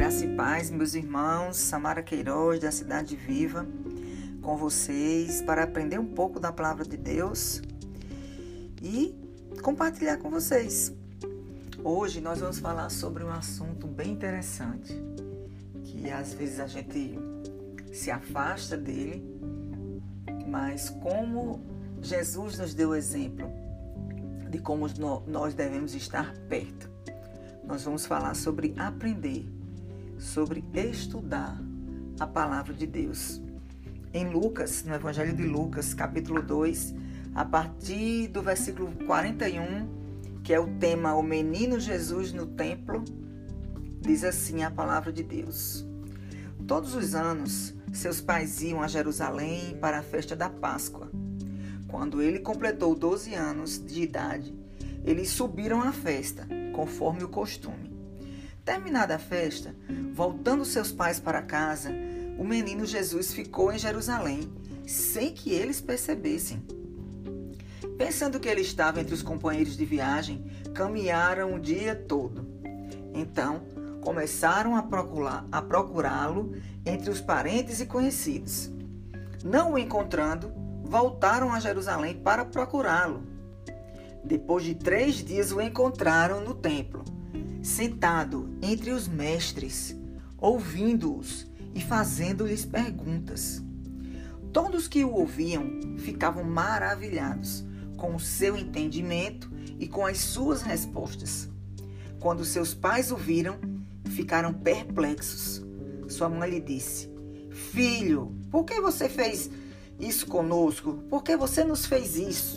Graça e paz, meus irmãos, Samara Queiroz, da Cidade Viva, com vocês para aprender um pouco da palavra de Deus e compartilhar com vocês. Hoje nós vamos falar sobre um assunto bem interessante, que às vezes a gente se afasta dele, mas como Jesus nos deu exemplo de como nós devemos estar perto. Nós vamos falar sobre aprender, sobre estudar a palavra de Deus. Em Lucas, no Evangelho de Lucas, capítulo 2, a partir do versículo 41, que é o tema O Menino Jesus no Templo, diz assim a palavra de Deus. Todos os anos, seus pais iam a Jerusalém para a festa da Páscoa. Quando ele completou 12 anos de idade, eles subiram à festa, conforme o costume. Terminada a festa, voltando seus pais para casa, o menino Jesus ficou em Jerusalém, sem que eles percebessem. Pensando que ele estava entre os companheiros de viagem, caminharam o dia todo. Então, começaram a procurá-lo entre os parentes e conhecidos. Não o encontrando, voltaram a Jerusalém para procurá-lo. Depois de 3 dias o encontraram no templo, sentado entre os mestres, ouvindo-os e fazendo-lhes perguntas. Todos que o ouviam ficavam maravilhados com o seu entendimento e com as suas respostas. Quando seus pais o viram, ficaram perplexos. Sua mãe lhe disse: Filho, por que você fez isso conosco? Por que você nos fez isso?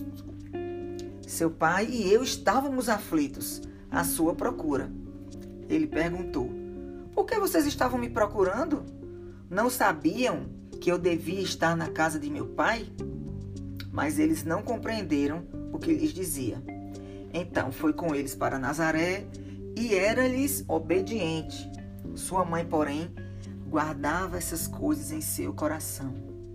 Seu pai e eu estávamos aflitos à sua procura. Ele perguntou: Por que vocês estavam me procurando? Não sabiam que eu devia estar na casa de meu pai? Mas eles não compreenderam o que lhes dizia. Então foi com eles para Nazaré e era-lhes obediente. Sua mãe, porém, guardava essas coisas em seu coração.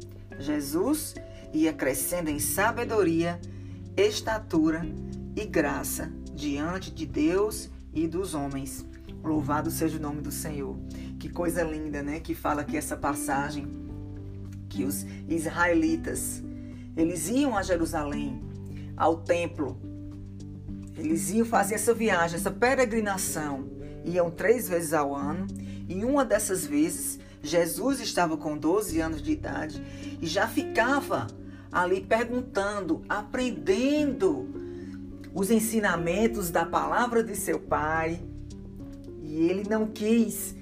Jesus ia crescendo em sabedoria, estatura e graça diante de Deus e dos homens. Louvado seja o nome do Senhor. Que coisa linda, né? Que fala aqui essa passagem que os israelitas, eles iam a Jerusalém, ao templo. Eles iam fazer essa viagem, essa peregrinação. Iam 3 vezes ao ano. E uma dessas vezes, Jesus estava com 12 anos de idade e já ficava ali perguntando, aprendendo os ensinamentos da palavra de seu pai. E ele não quis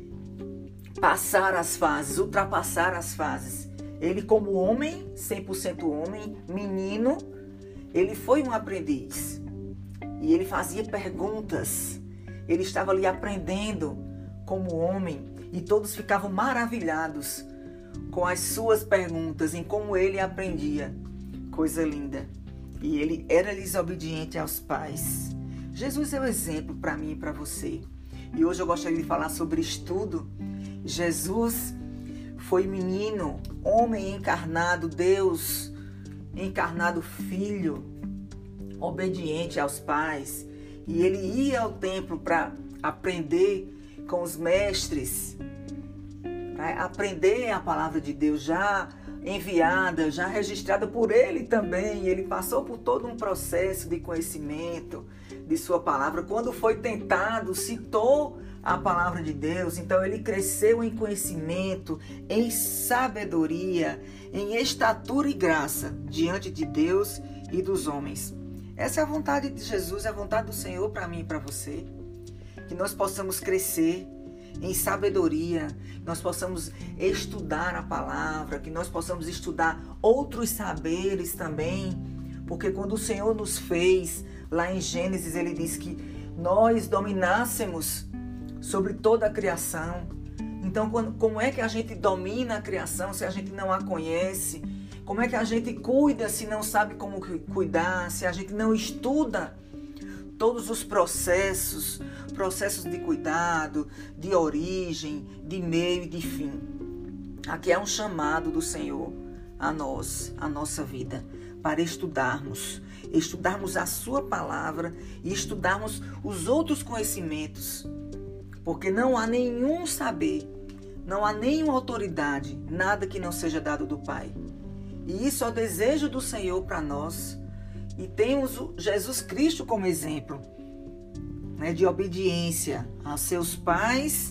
passar as fases, ultrapassar as fases. Ele, como homem, 100% homem, menino, ele foi um aprendiz. E ele fazia perguntas. Ele estava ali aprendendo como homem. E todos ficavam maravilhados com as suas perguntas, em como ele aprendia. Coisa linda. E ele era-lhes obediente aos pais. Jesus é o exemplo para mim e para você. E hoje eu gostaria de falar sobre estudo. Jesus foi menino, homem encarnado, Deus encarnado, filho, obediente aos pais. E ele ia ao templo para aprender com os mestres, para aprender a palavra de Deus já enviada, já registrada por ele também. Ele passou por todo um processo de conhecimento de sua palavra. Quando foi tentado, citou a palavra de Deus. Então ele cresceu em conhecimento, em sabedoria, em estatura e graça diante de Deus e dos homens. Essa é a vontade de Jesus, é a vontade do Senhor para mim e para você. Que nós possamos crescer em sabedoria, nós possamos estudar a palavra, que nós possamos estudar outros saberes também, porque quando o Senhor nos fez, lá em Gênesis, ele diz que nós dominássemos sobre toda a criação. Então, como é que a gente domina a criação se a gente não a conhece? Como é que a gente cuida se não sabe como cuidar, se a gente não estuda todos os processos de cuidado, de origem, de meio e de fim? Aqui é um chamado do Senhor a nós, a nossa vida, para estudarmos a sua palavra e estudarmos os outros conhecimentos porque não há nenhum saber, não há nenhuma autoridade, nada que não seja dado do Pai. E isso é o desejo do Senhor para nós. E temos Jesus Cristo como exemplo, né, de obediência aos seus pais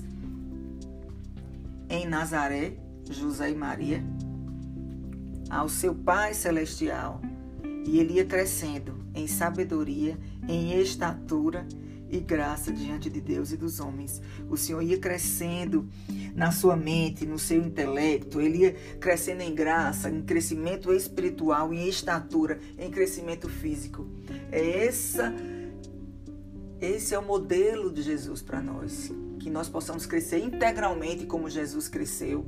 em Nazaré, José e Maria, ao seu Pai Celestial. E ele ia crescendo em sabedoria, em estatura e graça diante de Deus e dos homens. O Senhor ia crescendo na sua mente, no seu intelecto, ele ia crescendo em graça, em crescimento espiritual, em estatura, em crescimento físico. Esse é o modelo de Jesus para nós, que nós possamos crescer integralmente como Jesus cresceu,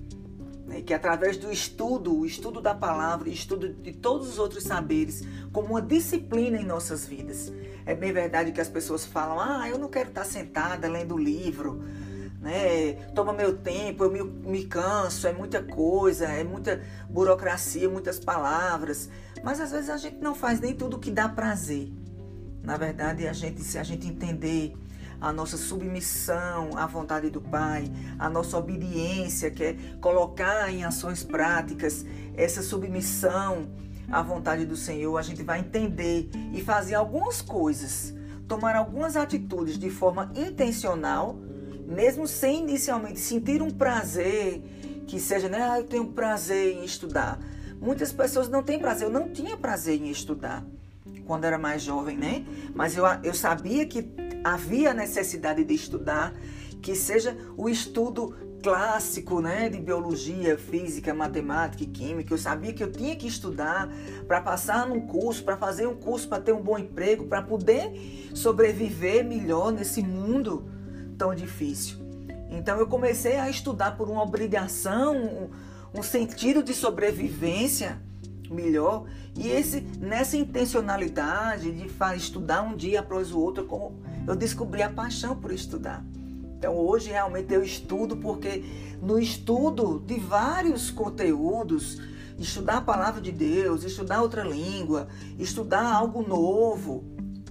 né? Que através do estudo, o estudo da palavra, o estudo de todos os outros saberes, como uma disciplina em nossas vidas. É bem verdade que as pessoas falam, eu não quero estar sentada lendo livro, né? Toma meu tempo, eu me canso, é muita coisa, é muita burocracia, muitas palavras. Mas às vezes a gente não faz nem tudo que dá prazer. Na verdade, se a gente entender a nossa submissão à vontade do Pai, a nossa obediência, que é colocar em ações práticas essa submissão à vontade do Senhor, a gente vai entender e fazer algumas coisas, tomar algumas atitudes de forma intencional, mesmo sem inicialmente sentir um prazer, que seja, eu tenho prazer em estudar. Muitas pessoas não têm prazer, eu não tinha prazer em estudar quando era mais jovem, né? Mas eu sabia que havia necessidade de estudar, que seja o estudo clássico, né, de biologia, física, matemática e química. Eu sabia que eu tinha que estudar para passar num curso, para fazer um curso, para ter um bom emprego, para poder sobreviver melhor nesse mundo tão difícil. Então eu comecei a estudar por uma obrigação, um sentido de sobrevivência melhor, e nessa intencionalidade de estudar um dia após o outro, eu descobri a paixão por estudar. Então hoje realmente eu estudo, porque no estudo de vários conteúdos, estudar a palavra de Deus, estudar outra língua, estudar algo novo,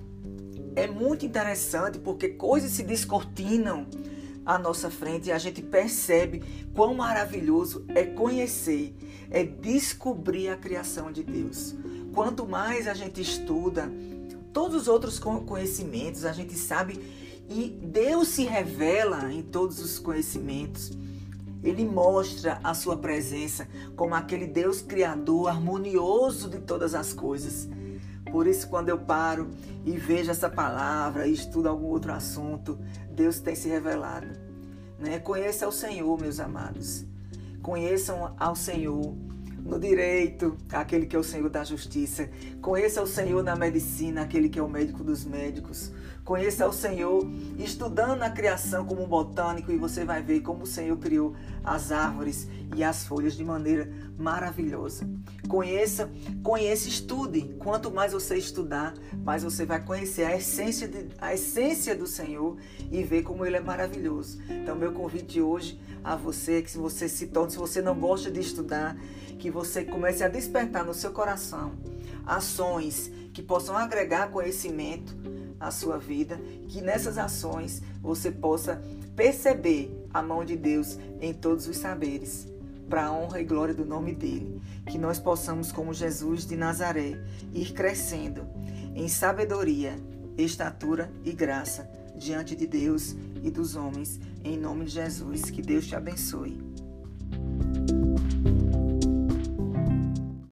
é muito interessante, porque coisas se descortinam à nossa frente e a gente percebe quão maravilhoso é conhecer, é descobrir a criação de Deus. Quanto mais a gente estuda todos os outros conhecimentos, a gente sabe, e Deus se revela em todos os conhecimentos. Ele mostra a sua presença como aquele Deus criador, harmonioso de todas as coisas. Por isso, quando eu paro e vejo essa palavra e estudo algum outro assunto, Deus tem se revelado, né? Conheça o Senhor, meus amados. Conheçam ao Senhor no direito, aquele que é o Senhor da justiça. Conheça o Senhor na medicina, aquele que é o médico dos médicos. Conheça o Senhor estudando a criação como um botânico, e você vai ver como o Senhor criou as árvores e as folhas de maneira maravilhosa. Conheça, estude. Quanto mais você estudar, mais você vai conhecer a essência do Senhor e ver como Ele é maravilhoso. Então, meu convite hoje a você é que se você não gosta de estudar, que você comece a despertar no seu coração ações que possam agregar conhecimento à sua vida, que nessas ações você possa perceber a mão de Deus em todos os saberes, para a honra e glória do nome dele. Que nós possamos, como Jesus de Nazaré, ir crescendo em sabedoria, estatura e graça diante de Deus e dos homens, em nome de Jesus. Que Deus te abençoe.